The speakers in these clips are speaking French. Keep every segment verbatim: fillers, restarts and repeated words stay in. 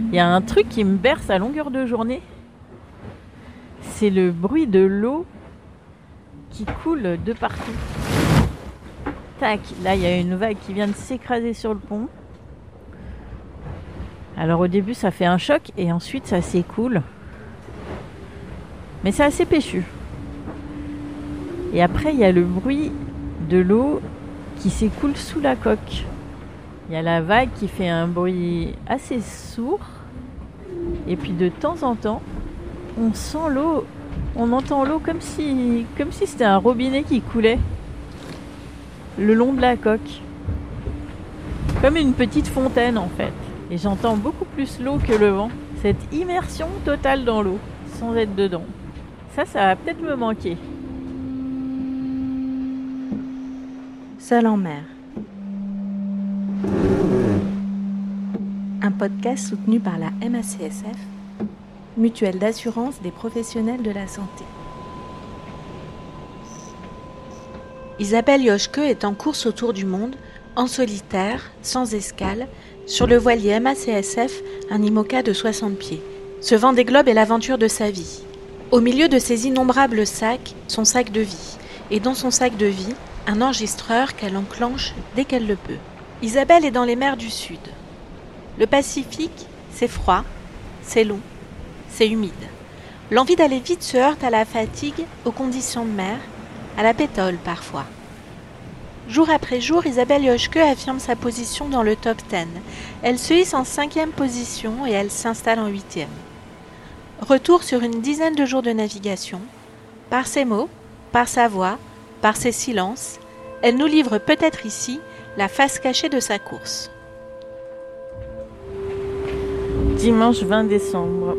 Il y a un truc qui me berce à longueur de journée. C'est le bruit de l'eau qui coule de partout. Tac, là il y a une vague qui vient de s'écraser sur le pont. Alors au début ça fait un choc et ensuite ça s'écoule. Mais c'est assez péchu. Et après il y a le bruit de l'eau qui s'écoule sous la coque. Il y a la vague qui fait un bruit assez sourd. Et puis de temps en temps, on sent l'eau, on entend l'eau comme si, comme si c'était un robinet qui coulait le long de la coque. Comme une petite fontaine en fait. Et j'entends beaucoup plus l'eau que le vent. Cette immersion totale dans l'eau, sans être dedans. Ça, ça va peut-être me manquer. Seul en mer. Un podcast soutenu par la M A C S F, Mutuelle d'assurance des professionnels de la santé. Isabelle Yoshke est en course autour du monde, en solitaire, sans escale, sur le voilier M A C S F, un IMOCA de soixante pieds. Ce Vendée Globe est l'aventure de sa vie. Au milieu de ses innombrables sacs, son sac de vie. Et dans son sac de vie, un enregistreur qu'elle enclenche dès qu'elle le peut. Isabelle est dans les mers du Sud. Le Pacifique, c'est froid, c'est long, c'est humide. L'envie d'aller vite se heurte à la fatigue, aux conditions de mer, à la pétole parfois. Jour après jour, Isabelle Yoshke affirme sa position dans le top dix. Elle se hisse en cinquième position et elle s'installe en huitième. Retour sur une dizaine de jours de navigation. Par ses mots, par sa voix, par ses silences, elle nous livre peut-être ici la face cachée de sa course. Dimanche vingt décembre.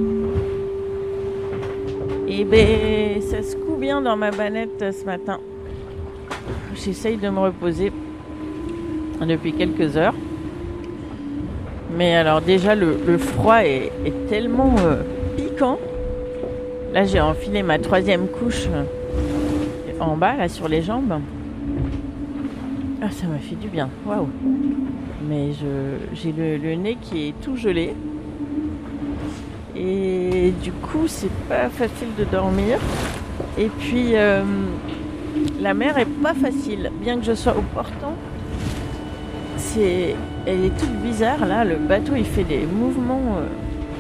Et ben, ça se coud bien dans ma banette ce matin. J'essaye de me reposer depuis quelques heures. Mais alors déjà, le, le froid est, est tellement euh, piquant. Là, j'ai enfilé ma troisième couche euh, en bas, là, sur les jambes. Ah, ça m'a fait du bien. Waouh! Mais je, j'ai le, le nez qui est tout gelé. Et du coup, c'est pas facile de dormir. Et puis, euh, la mer est pas facile. Bien que je sois au portant, c'est, elle est toute bizarre. Là, le bateau, il fait des mouvements... Euh,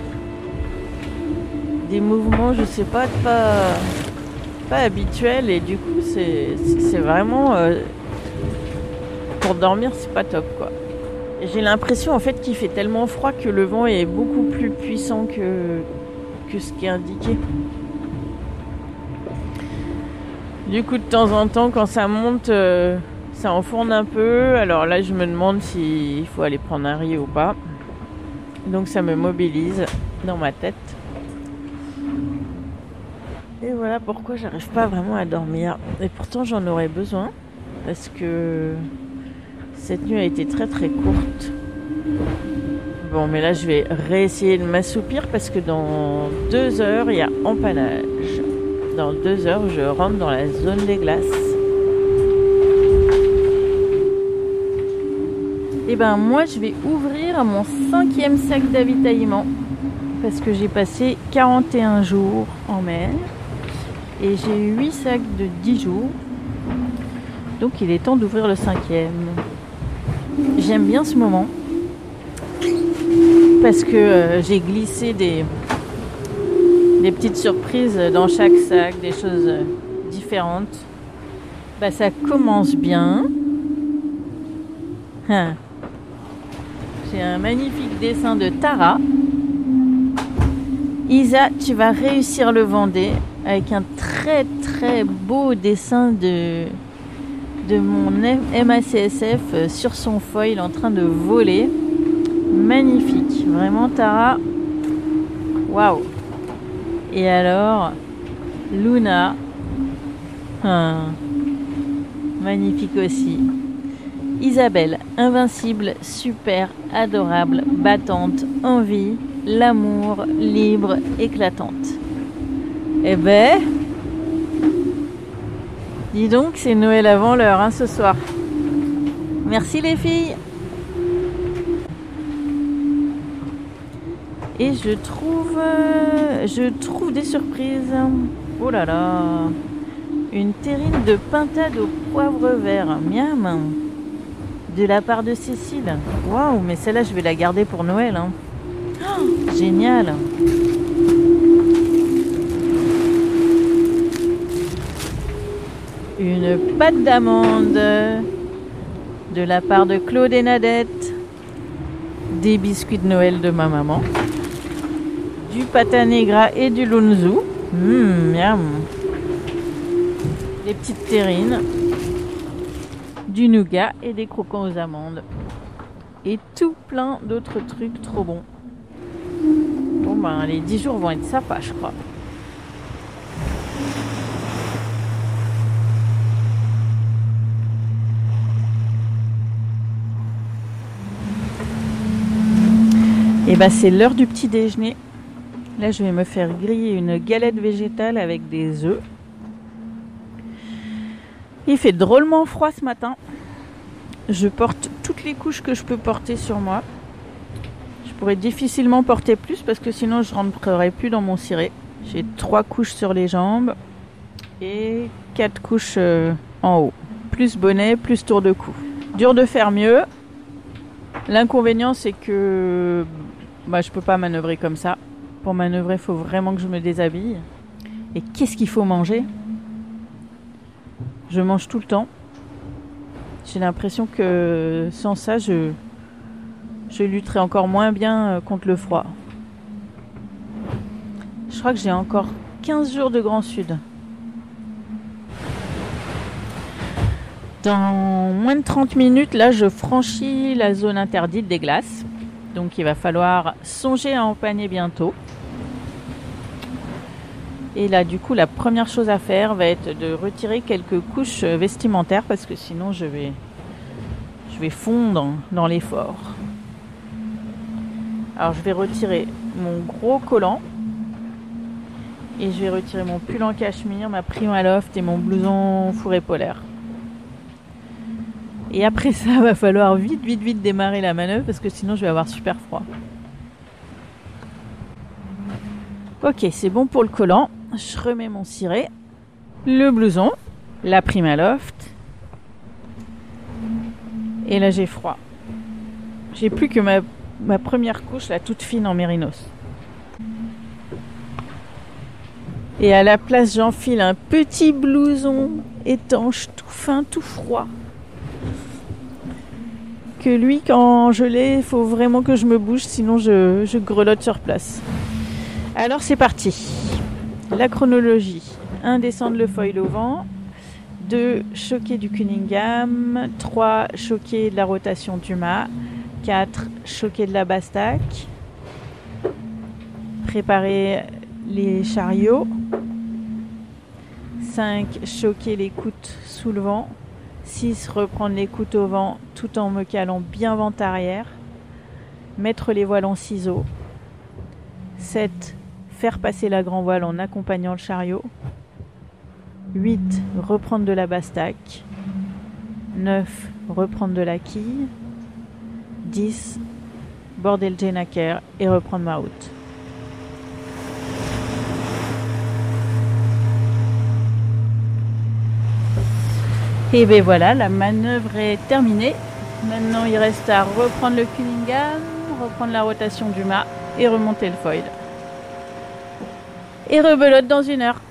des mouvements, je sais pas, pas, pas habituels. Et du coup, c'est, c'est vraiment... Euh, pour dormir, c'est pas top, quoi. J'ai l'impression en fait qu'il fait tellement froid que le vent est beaucoup plus puissant que, que ce qui est indiqué. Du coup, de temps en temps, quand ça monte, euh, ça enfourne un peu. Alors là, je me demande s'il faut aller prendre un riz ou pas. Donc ça me mobilise dans ma tête. Et voilà pourquoi j'arrive pas vraiment à dormir. Et pourtant, j'en aurais besoin. Parce que... cette nuit a été très très courte. Bon, mais là, je vais réessayer de m'assoupir parce que dans deux heures, il y a empannage. Dans deux heures, je rentre dans la zone des glaces. Et ben, moi, je vais ouvrir mon cinquième sac d'avitaillement parce que j'ai passé quarante et un jours en mer et j'ai eu huit sacs de dix jours. Donc, il est temps d'ouvrir le cinquième. J'aime bien ce moment parce que euh, j'ai glissé des, des petites surprises dans chaque sac, des choses euh, différentes. Bah, ça commence bien. Hein. J'ai un magnifique dessin de Tara. Isa, tu vas réussir le Vendée avec un très très beau dessin de... de mon M A C S F sur son foil en train de voler. Magnifique, vraiment Tara. Waouh. Et alors Luna, ah, magnifique aussi. Isabelle, invincible, super, adorable, battante, envie, l'amour, libre, éclatante. Eh ben, dis donc, c'est Noël avant l'heure, hein, ce soir. Merci les filles. Et je trouve, euh, je trouve des surprises. Oh là là, une terrine de pintade au poivre vert, miam, de la part de Cécile. Waouh, mais celle-là, je vais la garder pour Noël. Hein. Oh, génial. Une pâte d'amande de la part de Claude et Nadette. Des biscuits de Noël de ma maman. Du pata negra et du lunzu. Mmh, miam. Des petites terrines. Du nougat et des croquants aux amandes. Et tout plein d'autres trucs trop bons. Bon ben, les dix jours vont être sympas, je crois. Et ben c'est l'heure du petit déjeuner. Là je vais me faire griller une galette végétale avec des œufs. Il fait drôlement froid ce matin. Je porte toutes les couches que je peux porter sur moi. Je pourrais difficilement porter plus parce que sinon je ne rentrerai plus dans mon ciré. J'ai trois couches sur les jambes et quatre couches euh, en haut. Plus bonnet, plus tour de cou. Dur de faire mieux. L'inconvénient c'est que bah, je peux pas manœuvrer comme ça. Pour manœuvrer, il faut vraiment que je me déshabille. Et qu'est-ce qu'il faut manger ? Je mange tout le temps. J'ai l'impression que sans ça, je, je lutterai encore moins bien contre le froid. Je crois que j'ai encore quinze jours de Grand Sud. Dans moins de trente minutes, là, je franchis la zone interdite des glaces. Donc, il va falloir songer à empanner bientôt. Et là, du coup, la première chose à faire va être de retirer quelques couches vestimentaires parce que sinon, je vais, je vais fondre dans l'effort. Alors, je vais retirer mon gros collant et je vais retirer mon pull en cachemire, ma Primaloft et mon blouson fourré polaire. Et après ça, il va falloir vite, vite, vite démarrer la manœuvre parce que sinon, je vais avoir super froid. Ok, c'est bon pour le collant. Je remets mon ciré, le blouson, la Primaloft. Et là, j'ai froid. J'ai plus que ma, ma première couche, la toute fine en mérinos. Et à la place, j'enfile un petit blouson étanche, tout fin, tout froid. Que lui, quand je l'ai, il faut vraiment que je me bouge, sinon je, je grelotte sur place. Alors c'est parti. La chronologie. un Descendre le foil au vent. deux Choquer du Cunningham. trois Choquer de la rotation du mât. quatre Choquer de la Bastac. Préparer les chariots. cinq Choquer les coutes sous le vent. six Reprendre les coutes au vent tout en me calant bien vent arrière. Mettre les voiles en ciseaux. sept Faire passer la grand voile en accompagnant le chariot. huit Reprendre de la Bastac. neuf Reprendre de la quille. dix Border le Jenaker et reprendre ma route. Et bien voilà, la manœuvre est terminée. Maintenant, il reste à reprendre le Cunningham, reprendre la rotation du mât et remonter le foil. Et rebelote dans une heure.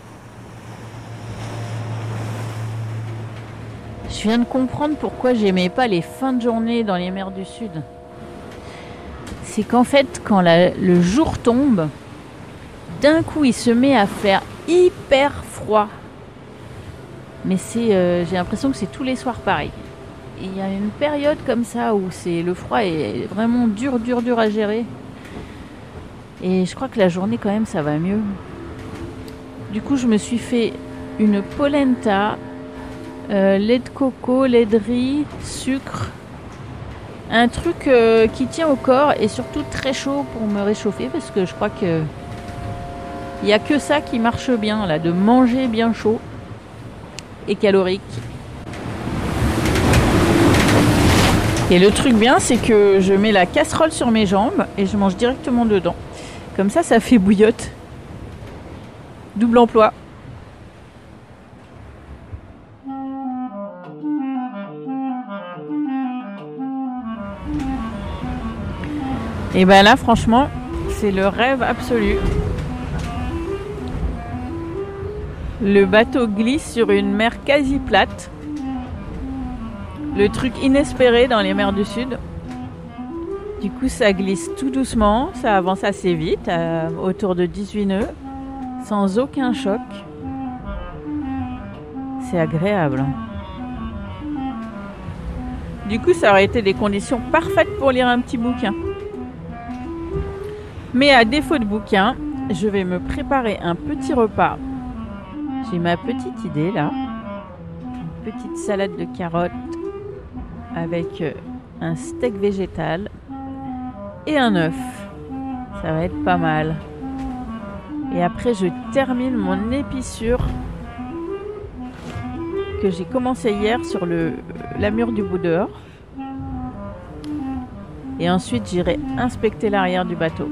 Je viens de comprendre pourquoi j'aimais pas les fins de journée dans les mers du Sud. C'est qu'en fait, quand la, le jour tombe, d'un coup, il se met à faire hyper froid. Mais c'est, euh, j'ai l'impression que c'est tous les soirs pareil. Il y a une période comme ça où c'est, le froid est vraiment dur, dur, dur à gérer. Et je crois que la journée, quand même, ça va mieux. Du coup, je me suis fait une polenta, euh, lait de coco, lait de riz, sucre. Un truc euh, qui tient au corps et surtout très chaud pour me réchauffer parce que je crois que il n'y a que ça qui marche bien, là, de manger bien chaud et calorique. Et le truc bien, c'est que je mets la casserole sur mes jambes et je mange directement dedans. Comme ça, ça fait bouillotte. Double emploi. Et ben là, franchement, c'est le rêve absolu. Le bateau glisse sur une mer quasi plate. Le truc inespéré dans les mers du Sud. Du coup, ça glisse tout doucement, ça avance assez vite, euh, autour de dix-huit nœuds, sans aucun choc. C'est agréable. Du coup, ça aurait été des conditions parfaites pour lire un petit bouquin. Mais à défaut de bouquin, je vais me préparer un petit repas. J'ai ma petite idée là. Une petite salade de carottes avec un steak végétal et un œuf. Ça va être pas mal. Et après, je termine mon épissure que j'ai commencé hier sur le, la mûre du bout dehors. Et ensuite, j'irai inspecter l'arrière du bateau.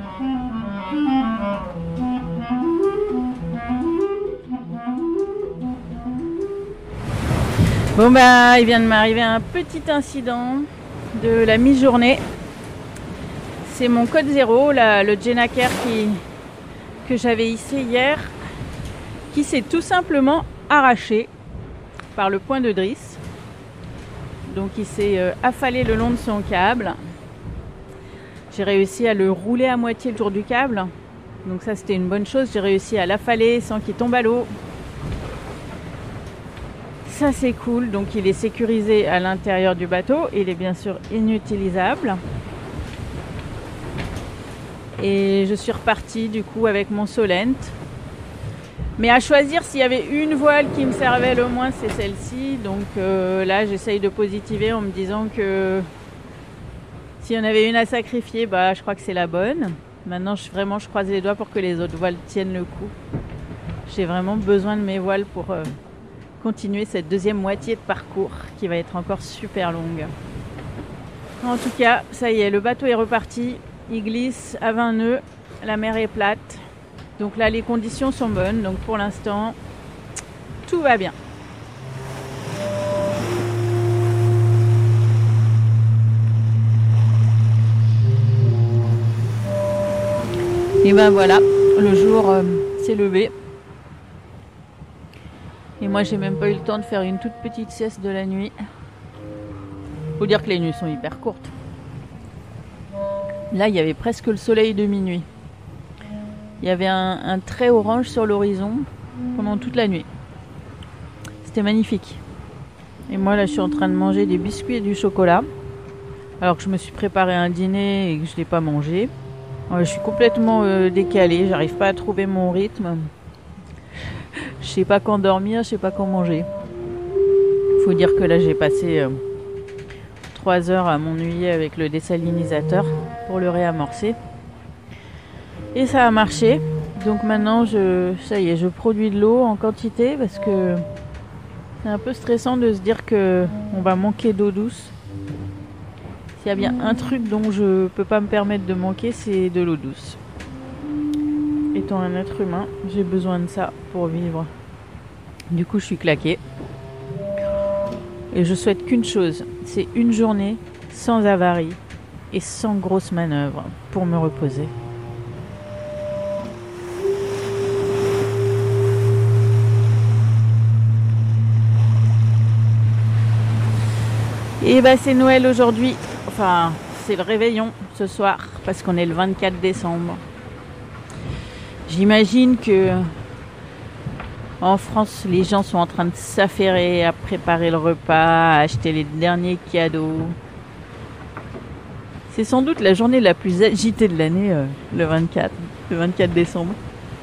Bon bah, il vient de m'arriver un petit incident de la mi-journée. C'est mon code zéro, la, le Jenaker qui, que j'avais hissé hier, qui s'est tout simplement arraché par le point de drisse. Donc il s'est euh, affalé le long de son câble. J'ai réussi à le rouler à moitié le tour du câble. Donc ça c'était une bonne chose, j'ai réussi à l'affaler sans qu'il tombe à l'eau. Ça c'est cool, donc il est sécurisé à l'intérieur du bateau, il est bien sûr inutilisable. Et je suis repartie du coup avec mon Solent. Mais à choisir, s'il y avait une voile qui me servait le moins, c'est celle-ci. Donc euh, là j'essaye de positiver en me disant que s'il y en avait une à sacrifier, bah je crois que c'est la bonne. Maintenant je, vraiment je croise les doigts pour que les autres voiles tiennent le coup. J'ai vraiment besoin de mes voiles pour... Euh, continuer cette deuxième moitié de parcours qui va être encore super longue. En tout cas, ça y est, le bateau est reparti. Il glisse à vingt nœuds. La mer est plate. Donc là, les conditions sont bonnes. Donc pour l'instant, tout va bien. Et ben voilà, le jour euh, s'est levé. Et moi, j'ai même pas eu le temps de faire une toute petite sieste de la nuit. Faut dire que les nuits sont hyper courtes. Là, il y avait presque le soleil de minuit. Il y avait un, un trait orange sur l'horizon pendant toute la nuit. C'était magnifique. Et moi, là, je suis en train de manger des biscuits et du chocolat. Alors que je me suis préparé un dîner et que je ne l'ai pas mangé. Ouais, je suis complètement euh, décalée. J'arrive pas à trouver mon rythme. Je sais pas quand dormir, je sais pas quand manger. Faut dire que là j'ai passé euh, trois heures à m'ennuyer avec le désalinisateur pour le réamorcer. Et ça a marché. Donc maintenant je, ça y est, je produis de l'eau en quantité parce que c'est un peu stressant de se dire que on va manquer d'eau douce. S'il y a bien un truc dont je peux pas me permettre de manquer, c'est de l'eau douce. Étant un être humain, j'ai besoin de ça pour vivre. Du coup, je suis claquée. Et je souhaite qu'une chose, c'est une journée sans avarie et sans grosse manœuvre pour me reposer. Et bah c'est Noël aujourd'hui. Enfin, c'est le réveillon ce soir parce qu'on est le vingt-quatre décembre. J'imagine que en France, les gens sont en train de s'affairer à préparer le repas, à acheter les derniers cadeaux. C'est sans doute la journée la plus agitée de l'année, euh, le vingt-quatre, le vingt-quatre décembre.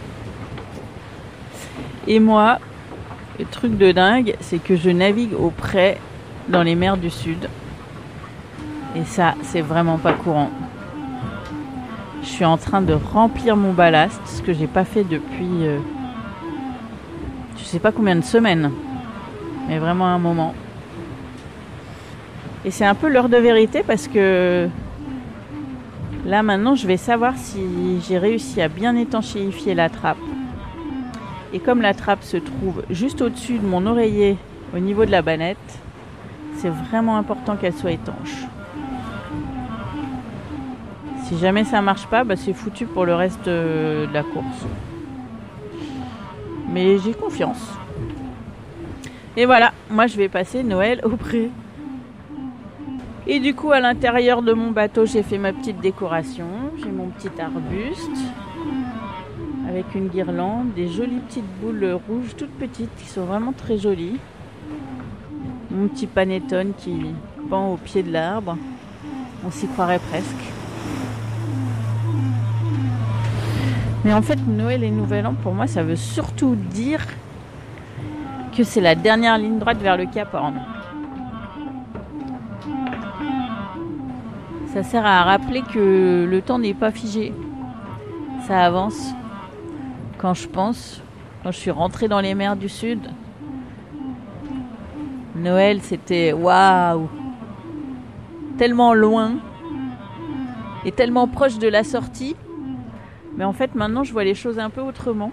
Et moi, le truc de dingue, c'est que je navigue au près dans les mers du Sud. Et ça, c'est vraiment pas courant. Je suis en train de remplir mon ballast, ce que j'ai pas fait depuis euh, je sais pas combien de semaines, mais vraiment un moment. Et c'est un peu l'heure de vérité parce que Là maintenant je vais savoir si j'ai réussi à bien étanchéifier la trappe. Et comme la trappe se trouve juste au-dessus de mon oreiller au niveau de la bannette, c'est vraiment important qu'elle soit étanche. Si jamais ça marche pas, bah c'est foutu pour le reste de la course. Mais j'ai confiance. Et voilà, moi je vais passer Noël au pré. Et du coup, à l'intérieur de mon bateau, j'ai fait ma petite décoration. J'ai mon petit arbuste avec une guirlande, des jolies petites boules rouges toutes petites qui sont vraiment très jolies. Mon petit panettone qui pend au pied de l'arbre. On s'y croirait presque. Mais en fait, Noël et Nouvel An, pour moi, ça veut surtout dire que c'est la dernière ligne droite vers le Cap Horn. Ça sert à rappeler que le temps n'est pas figé. Ça avance. Quand je pense, quand je suis rentrée dans les mers du Sud, Noël, c'était waouh, tellement loin et tellement proche de la sortie. Mais en fait, maintenant, je vois les choses un peu autrement.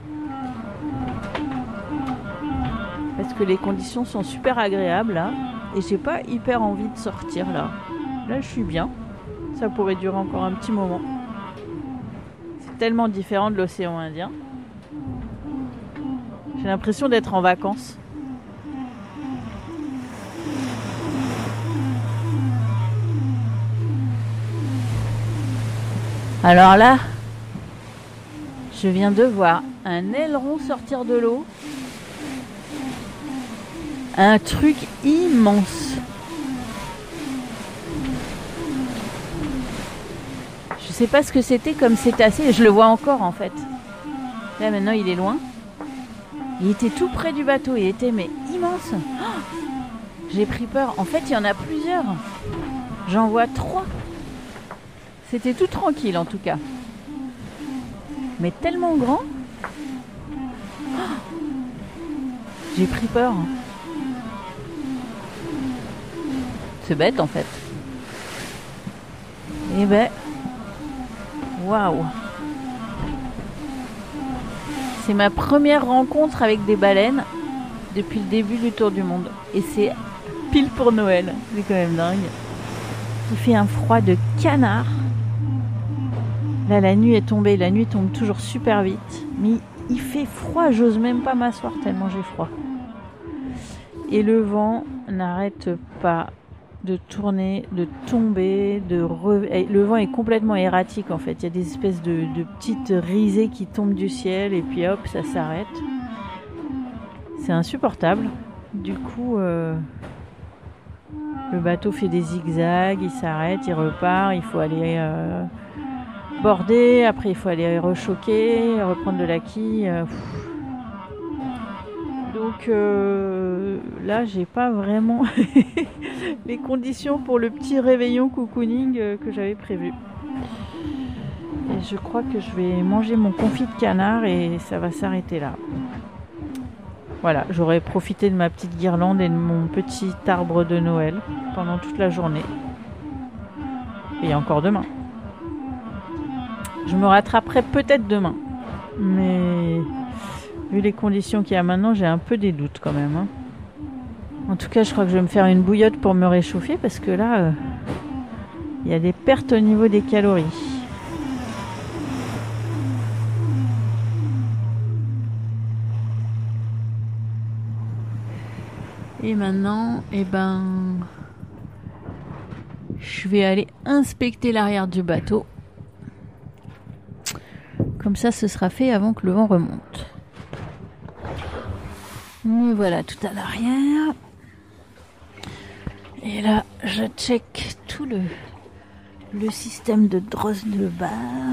Parce que les conditions sont super agréables là. Et j'ai pas hyper envie de sortir là. Là, je suis bien. Ça pourrait durer encore un petit moment. C'est tellement différent de l'océan Indien. J'ai l'impression d'être en vacances. Alors là, je viens de voir un aileron sortir de l'eau. Un truc immense. Je sais pas ce que c'était comme cétacé. Je le vois encore en fait. Là maintenant il est loin. Il était tout près du bateau. Il était mais immense. Oh, j'ai pris peur. En fait il y en a plusieurs. J'en vois trois. C'était tout tranquille en tout cas. Mais tellement grand. Oh, j'ai pris peur. C'est bête en fait. Et ben, waouh. C'est ma première rencontre avec des baleines depuis le début du Tour du Monde. Et c'est pile pour Noël. C'est quand même dingue. Il fait un froid de canard. Là, la nuit est tombée. La nuit tombe toujours super vite. Mais il fait froid. J'ose même pas m'asseoir tellement j'ai froid. Et le vent n'arrête pas de tourner, de tomber, de re... le vent est complètement erratique en fait. Il y a des espèces de, de petites risées qui tombent du ciel et puis hop, ça s'arrête. C'est insupportable. Du coup, euh... le bateau fait des zigzags, il s'arrête, il repart, il faut aller euh... border, après il faut aller rechoquer, reprendre de la quille. Euh... Donc euh, là, j'ai pas vraiment les conditions pour le petit réveillon cocooning que j'avais prévu. Et je crois que je vais manger mon confit de canard et ça va s'arrêter là. Voilà, j'aurais profité de ma petite guirlande et de mon petit arbre de Noël pendant toute la journée. Et encore demain. Je me rattraperai peut-être demain. Mais vu les conditions qu'il y a maintenant, j'ai un peu des doutes quand même. Hein. En tout cas, je crois que je vais me faire une bouillotte pour me réchauffer parce que là, euh, il y a des pertes au niveau des calories. Et maintenant, eh ben, je vais aller inspecter l'arrière du bateau. Comme ça, ce sera fait avant que le vent remonte. Me voilà tout à l'arrière. Et là, je check tout le, le système de drosse de bar.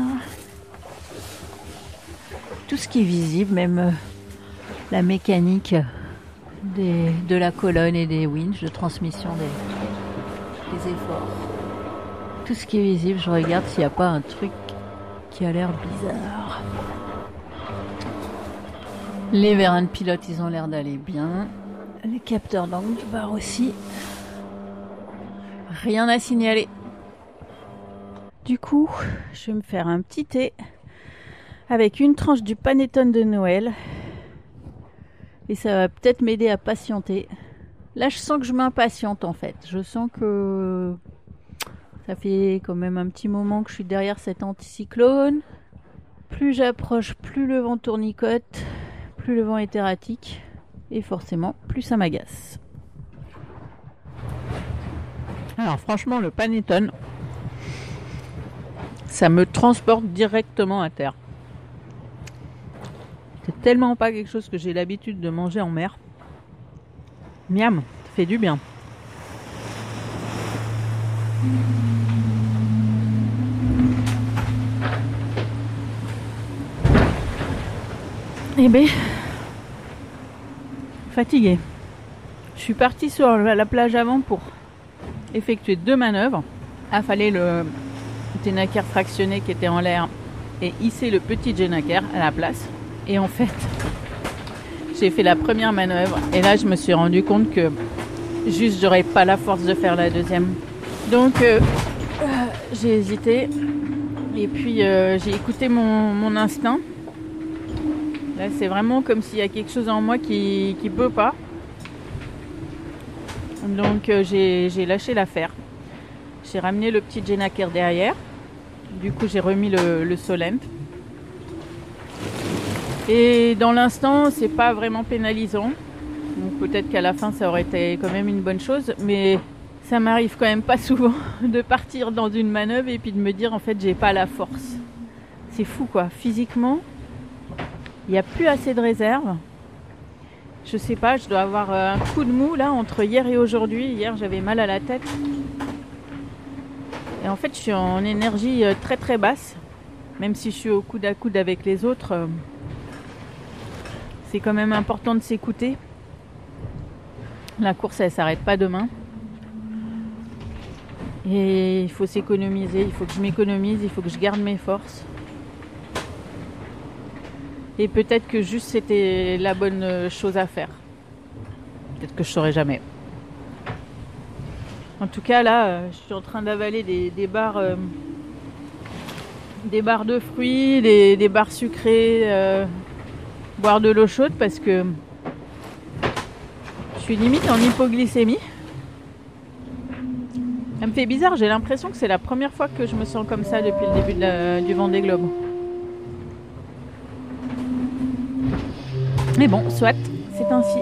Tout ce qui est visible, même euh, la mécanique des, de la colonne et des winches de transmission des, des efforts. Tout ce qui est visible, je regarde s'il n'y a pas un truc qui a l'air bizarre. Les vérins de pilote, ils ont l'air d'aller bien. Les capteurs d'angle du bar aussi. Rien à signaler. Du coup, je vais me faire un petit thé avec une tranche du panettone de Noël. Et ça va peut-être m'aider à patienter. Là, je sens que je m'impatiente en fait. Je sens que ça fait quand même un petit moment que je suis derrière cet anticyclone. Plus j'approche, plus le vent tournicote, plus le vent est erratique. Et forcément, plus ça m'agace. Alors franchement, le panettone, ça me transporte directement à terre. C'est tellement pas quelque chose que j'ai l'habitude de manger en mer. Miam, ça fait du bien. Eh ben, fatiguée. Je suis partie sur la plage avant pour effectuer deux manœuvres. Affaler le Jenaker fractionné qui était en l'air et hisser le petit Jenaker à la place. Et en fait, j'ai fait la première manœuvre et là je me suis rendu compte que juste j'aurais pas la force de faire la deuxième. Donc euh, euh, j'ai hésité et puis euh, j'ai écouté mon, mon instinct. Là c'est vraiment comme s'il y a quelque chose en moi qui qui peut pas. Donc euh, j'ai, j'ai lâché l'affaire. J'ai ramené le petit Jenaker derrière. Du coup j'ai remis le, le Solent. Et dans l'instant, c'est pas vraiment pénalisant. Donc peut-être qu'à la fin, ça aurait été quand même une bonne chose. Mais ça m'arrive quand même pas souvent de partir dans une manœuvre et puis de me dire en fait, j'ai pas la force. C'est fou quoi. Physiquement, il n'y a plus assez de réserve. Je sais pas, je dois avoir un coup de mou là entre hier et aujourd'hui. Hier, j'avais mal à la tête. Et en fait, je suis en énergie très très basse. Même si je suis au coude à coude avec les autres. C'est quand même important de s'écouter. La course, elle ne s'arrête pas demain. Et il faut s'économiser, il faut que je m'économise, il faut que je garde mes forces. Et peut-être que juste c'était la bonne chose à faire. Peut-être que je ne saurais jamais. En tout cas, là, je suis en train d'avaler des, des barres, euh, des barres de fruits, des, des barres sucrées. Euh, boire de l'eau chaude parce que je suis limite en hypoglycémie. Ça me fait bizarre, j'ai l'impression que c'est la première fois que je me sens comme ça depuis le début de la, du Vendée Globe. Mais bon, soit, c'est ainsi.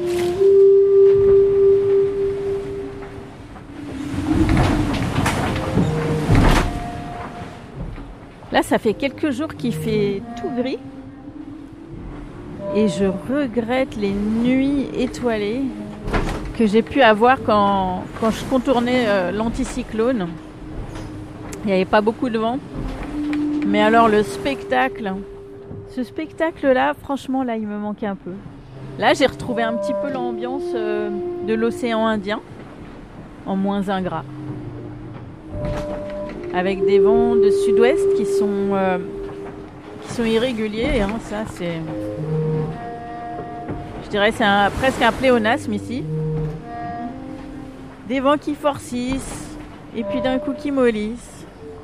Là, ça fait quelques jours qu'il fait tout gris. Et je regrette les nuits étoilées que j'ai pu avoir quand, quand je contournais euh, l'anticyclone. Il n'y avait pas beaucoup de vent. Mais alors le spectacle, ce spectacle-là, franchement, là, il me manquait un peu. Là, j'ai retrouvé un petit peu l'ambiance euh, de l'océan Indien, en moins ingrat. Avec des vents de sud-ouest qui sont, euh, qui sont irréguliers. Hein, ça, c'est... Je dirais c'est un, presque un pléonasme ici. Des vents qui forcissent et puis d'un coup qui mollissent.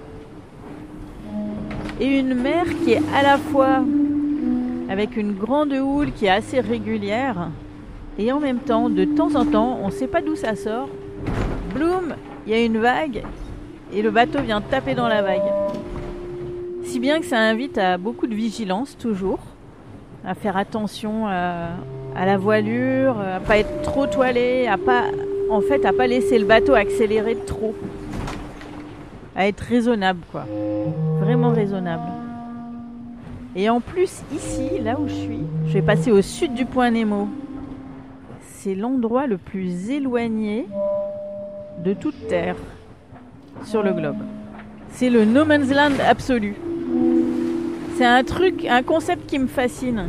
Et une mer qui est à la fois avec une grande houle qui est assez régulière et en même temps, de temps en temps, on ne sait pas d'où ça sort. Bloum, il y a une vague et le bateau vient taper dans la vague. Si bien que ça invite à beaucoup de vigilance toujours, à faire attention à... à la voilure, à pas être trop toilé, à pas, en fait, à pas laisser le bateau accélérer de trop, à être raisonnable, quoi, vraiment raisonnable. Et en plus, ici, là où je suis, je vais passer au sud du point Nemo. C'est l'endroit le plus éloigné de toute terre sur le globe. C'est le no man's land absolu. C'est un truc, un concept qui me fascine.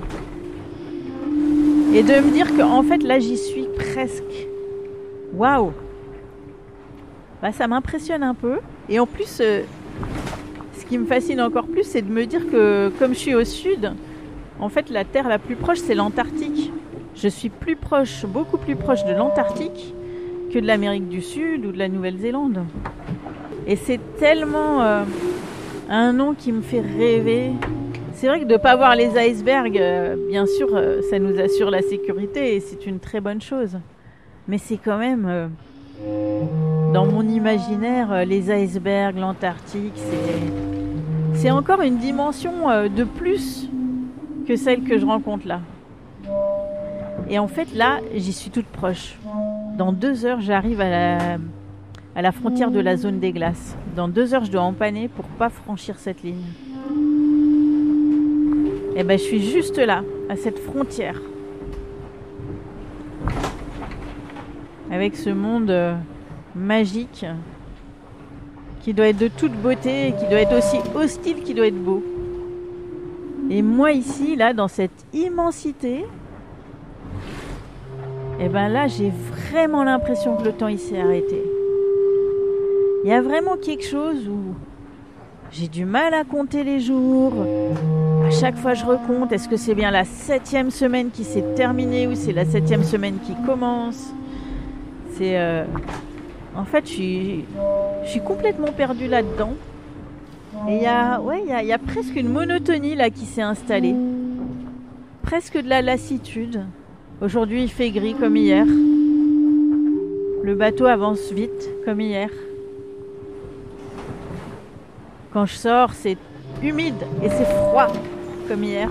Et de me dire qu'en fait, là, j'y suis presque. Waouh! Bah, ça m'impressionne un peu. Et en plus, euh, ce qui me fascine encore plus, c'est de me dire que, comme je suis au sud, en fait, la terre la plus proche, c'est l'Antarctique. Je suis plus proche, beaucoup plus proche de l'Antarctique que de l'Amérique du Sud ou de la Nouvelle-Zélande. Et c'est tellement euh, un nom qui me fait rêver. C'est vrai que de ne pas voir les icebergs, euh, bien sûr, euh, ça nous assure la sécurité et c'est une très bonne chose. Mais c'est quand même, euh, dans mon imaginaire, euh, les icebergs, l'Antarctique, c'est, c'est encore une dimension euh, de plus que celle que je rencontre là. Et en fait, là, j'y suis toute proche. Dans deux heures, j'arrive à la, à la frontière de la zone des glaces. Dans deux heures, je dois empanner pour pas franchir cette ligne. Et ben, je suis juste là, à cette frontière. Avec ce monde euh, magique qui doit être de toute beauté et qui doit être aussi hostile qu'il doit être beau. Et moi ici, là, dans cette immensité, et ben là, j'ai vraiment l'impression que le temps il s'est arrêté. Il y a vraiment quelque chose où j'ai du mal à compter les jours. À chaque fois, je recompte. Est-ce que c'est bien la septième semaine qui s'est terminée ou c'est la septième semaine qui commence ? C'est, euh... en fait, je suis, je suis complètement perdue là-dedans. Et il y a, ouais, il y a, il y a presque une monotonie là qui s'est installée, presque de la lassitude. Aujourd'hui, il fait gris comme hier. Le bateau avance vite comme hier. Quand je sors, c'est humide et c'est froid comme hier.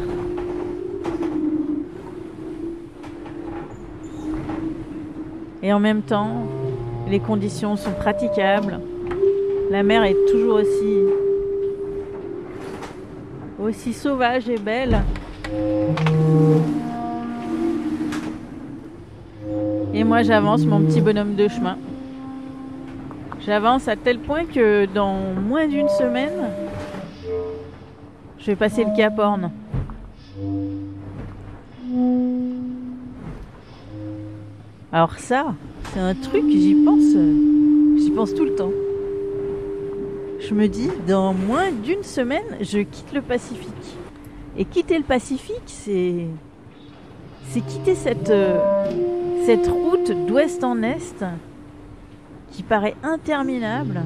Et en même temps, les conditions sont praticables. La mer est toujours aussi, aussi sauvage et belle. Et moi, j'avance mon petit bonhomme de chemin. J'avance à tel point que dans moins d'une semaine, je vais passer le Cap Horn. Alors ça, c'est un truc, j'y pense, j'y pense tout le temps. Je me dis, dans moins d'une semaine, je quitte le Pacifique. Et quitter le Pacifique, c'est, c'est quitter cette, cette route d'ouest en est qui paraît interminable,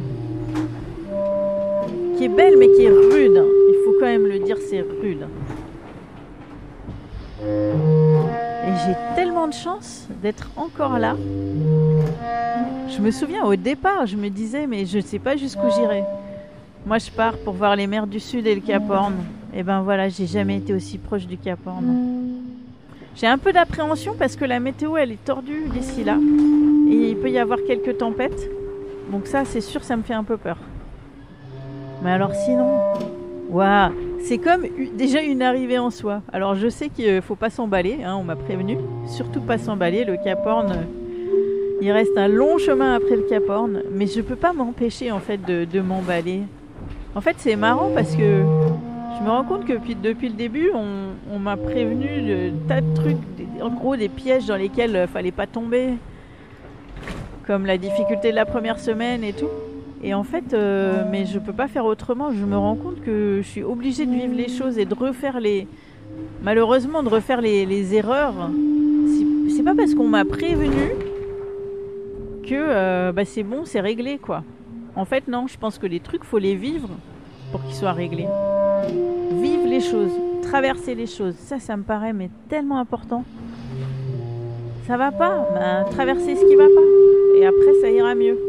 qui est belle mais qui est rude. Il faut quand même le dire, c'est rude. Et j'ai tellement de chance d'être encore là. Je me souviens au départ, je me disais, mais je ne sais pas jusqu'où j'irai. Moi, je pars pour voir les mers du Sud et le Cap Horn. Et ben voilà, j'ai jamais été aussi proche du Cap Horn. J'ai un peu d'appréhension parce que la météo, elle est tordue d'ici là. Et il peut y avoir quelques tempêtes. Donc ça, c'est sûr, ça me fait un peu peur. Mais alors sinon, waouh, c'est comme déjà une arrivée en soi. Alors je sais qu'il ne faut pas s'emballer, hein, on m'a prévenu. Surtout pas s'emballer, le Cap Horn, il reste un long chemin après le Cap Horn. Mais je ne peux pas m'empêcher en fait de, de m'emballer. En fait, c'est marrant parce que je me rends compte que depuis, depuis le début, on, on m'a prévenu de tas de trucs, en gros des pièges dans lesquels il ne fallait pas tomber. Comme la difficulté de la première semaine et tout. Et en fait, euh, mais je peux pas faire autrement. Je me rends compte que je suis obligée de vivre les choses et de refaire les... Malheureusement, de refaire les, les erreurs. C'est, c'est pas parce qu'on m'a prévenu que euh, bah c'est bon, c'est réglé, quoi. En fait, non, je pense que les trucs, faut les vivre pour qu'ils soient réglés. Vivre les choses, traverser les choses. Ça, ça me paraît mais tellement important. Ça va pas, ben, traverser ce qui va pas. Et après, ça ira mieux.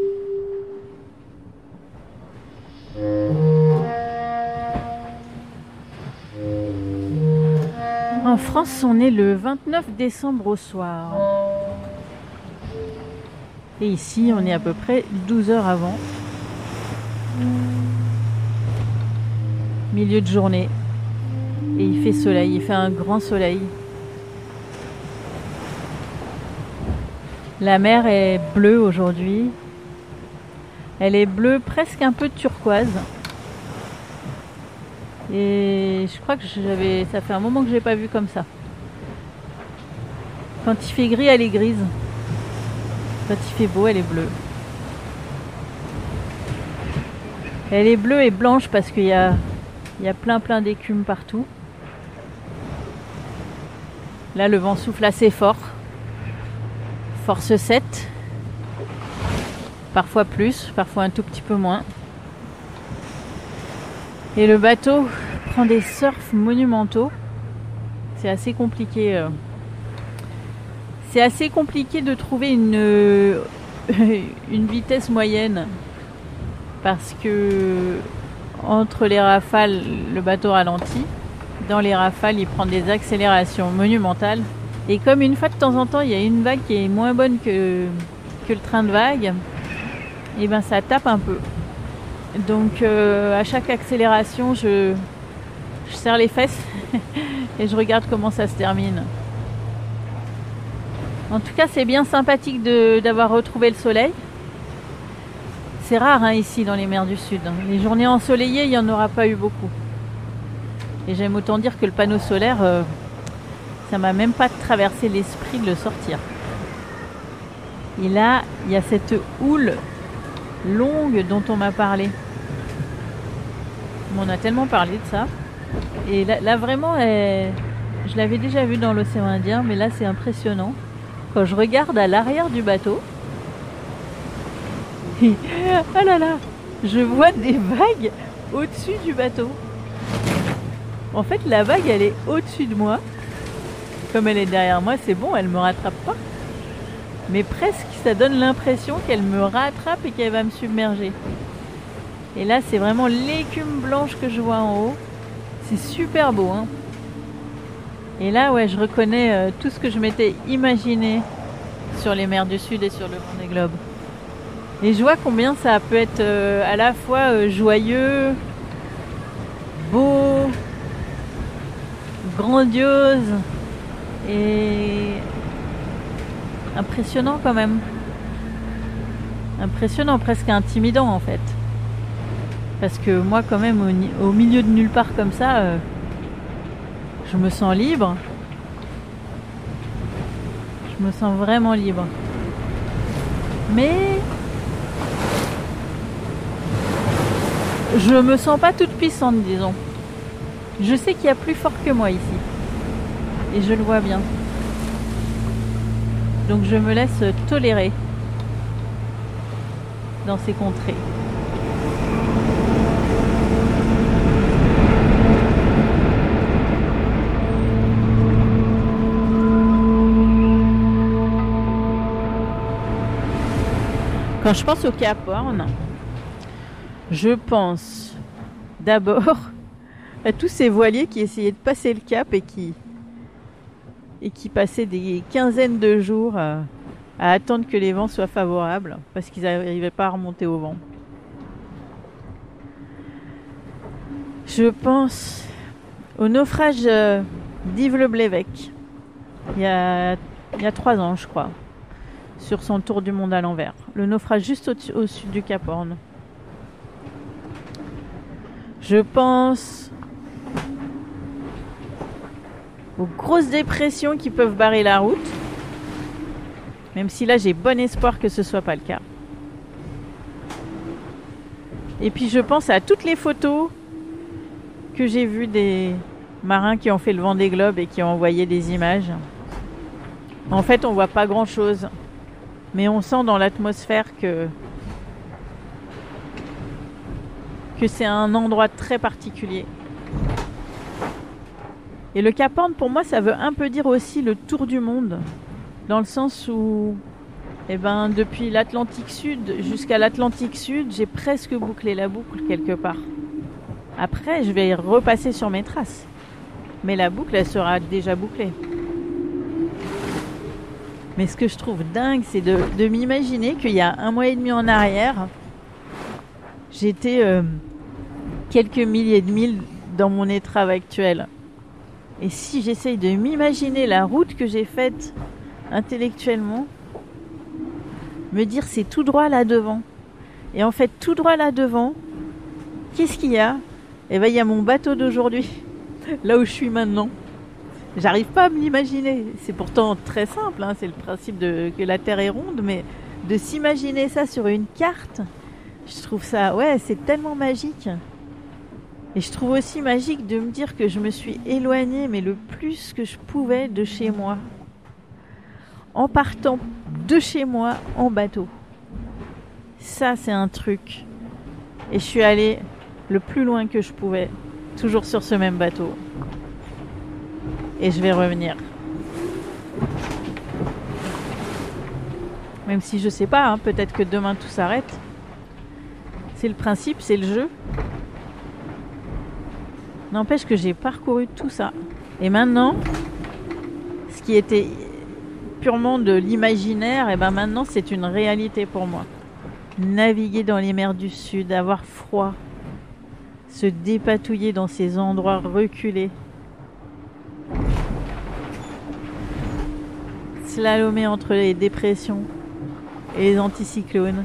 En France, on est le vingt-neuf décembre au soir. Et ici, on est à peu près douze heures avant. Milieu de journée. Et il fait soleil, il fait un grand soleil. La mer est bleue aujourd'hui. Elle est bleue presque un peu turquoise. Et je crois que j'avais, ça fait un moment que je l'ai pas vue comme ça. Quand il fait gris, elle est grise. Quand il fait beau, elle est bleue. Elle est bleue et blanche parce qu'il y a, il y a plein plein d'écume partout. Là, le vent souffle assez fort. Force sept. Parfois plus, parfois un tout petit peu moins. Et le bateau prend des surfs monumentaux. C'est assez compliqué. Euh. C'est assez compliqué de trouver une, euh, une vitesse moyenne. Parce que entre les rafales, le bateau ralentit. Dans les rafales, il prend des accélérations monumentales. Et comme une fois de temps en temps, il y a une vague qui est moins bonne que, que le train de vague, et ben ça tape un peu. Donc euh, à chaque accélération, je, je serre les fesses et je regarde comment ça se termine. En tout cas, c'est bien sympathique de, d'avoir retrouvé le soleil. C'est rare hein, ici dans les mers du Sud. Les journées ensoleillées, il n'y en aura pas eu beaucoup. Et j'aime autant dire que le panneau solaire, euh, ça m'a même pas traversé l'esprit de le sortir. Et là, il y a cette houle longue dont on m'a parlé. On a tellement parlé de ça. Et là, là vraiment, elle, je l'avais déjà vu dans l'océan Indien, mais là, c'est impressionnant. Quand je regarde à l'arrière du bateau, et, ah là là, je vois des vagues au-dessus du bateau. En fait, la vague, elle est au-dessus de moi. Comme elle est derrière moi, c'est bon, elle me rattrape pas. Mais presque, ça donne l'impression qu'elle me rattrape et qu'elle va me submerger. Et là, c'est vraiment l'écume blanche que je vois en haut. C'est super beau, hein. Et là, ouais, je reconnais euh, tout ce que je m'étais imaginé sur les mers du Sud et sur le Vendée Globe. Et je vois combien ça peut être euh, à la fois euh, joyeux, beau, grandiose et impressionnant quand même. Impressionnant, presque intimidant en fait. Parce que moi quand même au, au milieu de nulle part comme ça, euh, je me sens libre. Je me sens vraiment libre. Mais je me sens pas toute puissante, disons. Je sais qu'il y a plus fort que moi ici. Et je le vois bien. Donc je me laisse tolérer dans ces contrées. Quand je pense au Cap Horn, je pense d'abord à tous ces voiliers qui essayaient de passer le cap et qui et qui passaient des quinzaines de jours à, à attendre que les vents soient favorables parce qu'ils n'arrivaient pas à remonter au vent. Je pense au naufrage d'Yves Le Blévec il y a, il y a trois ans, je crois, sur son tour du monde à l'envers. Le naufrage juste au, au sud du Cap Horn. Je pense aux grosses dépressions qui peuvent barrer la route, même si là j'ai bon espoir que ce soit pas le cas. Et puis je pense à toutes les photos que j'ai vues des marins qui ont fait le Vendée Globe et qui ont envoyé des images. En fait, on voit pas grand chose, mais on sent dans l'atmosphère que que c'est un endroit très particulier. Et le Cap Horn, pour moi, ça veut un peu dire aussi le tour du monde, dans le sens où, eh ben, depuis l'Atlantique Sud jusqu'à l'Atlantique Sud, j'ai presque bouclé la boucle quelque part. Après, je vais repasser sur mes traces, mais la boucle, elle sera déjà bouclée. Mais ce que je trouve dingue, c'est de, de m'imaginer qu'il y a un mois et demi en arrière, j'étais euh, quelques milliers de milles dans mon étrave actuelle. Et si j'essaye de m'imaginer la route que j'ai faite intellectuellement, me dire c'est tout droit là devant. Et en fait, tout droit là devant, qu'est-ce qu'il y a ? Eh bien, il y a mon bateau d'aujourd'hui, là où je suis maintenant. J'arrive pas à me l'imaginer. C'est pourtant très simple, hein, c'est le principe de, que la Terre est ronde, mais de s'imaginer ça sur une carte, je trouve ça, ouais, c'est tellement magique. Et je trouve aussi magique de me dire que je me suis éloignée, mais le plus que je pouvais de chez moi, en partant de chez moi en bateau. Ça, c'est un truc. Et je suis allée le plus loin que je pouvais, toujours sur ce même bateau. Et je vais revenir. Même si je sais pas, hein, peut-être que demain tout s'arrête. C'est le principe, c'est le jeu. N'empêche que j'ai parcouru tout ça. Et maintenant, ce qui était purement de l'imaginaire, et ben maintenant c'est une réalité pour moi. Naviguer dans les mers du Sud, avoir froid, se dépatouiller dans ces endroits reculés, slalomer entre les dépressions et les anticyclones.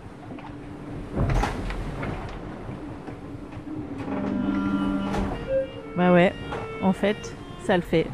Bah ouais, en fait, ça le fait.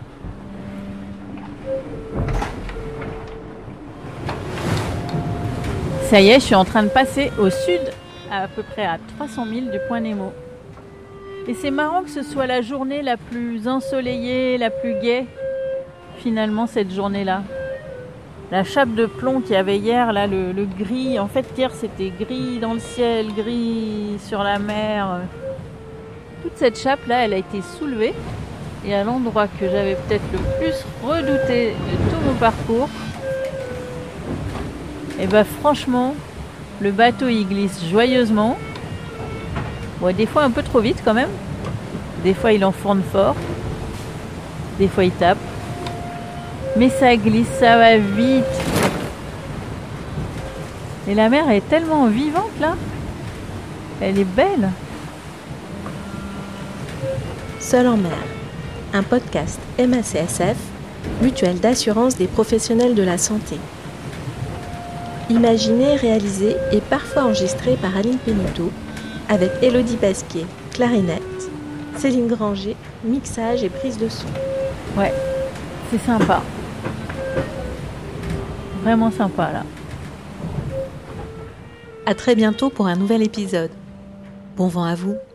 Ça y est, je suis en train de passer au sud, à peu près à trois cents milles du point Nemo. Et c'est marrant que ce soit la journée la plus ensoleillée, la plus gaie, finalement, cette journée-là. La chape de plomb qu'il y avait hier, là, le, le gris, en fait, hier, c'était gris dans le ciel, gris sur la mer. Toute cette chape-là, elle a été soulevée. Et à l'endroit que j'avais peut-être le plus redouté de tout mon parcours, et bah franchement, le bateau il glisse joyeusement. Bon, des fois un peu trop vite quand même. Des fois il enfourne fort. Des fois il tape. Mais ça glisse, ça va vite. Et la mer est tellement vivante là. Elle est belle. Seul en mer, un podcast M A C S F, mutuelle d'assurance des professionnels de la santé. Imaginé, réalisé et parfois enregistré par Aline Pénito, avec Élodie Pasquier, clarinette, Céline Granger, mixage et prise de son. Ouais, c'est sympa. Vraiment sympa là. À très bientôt pour un nouvel épisode. Bon vent à vous.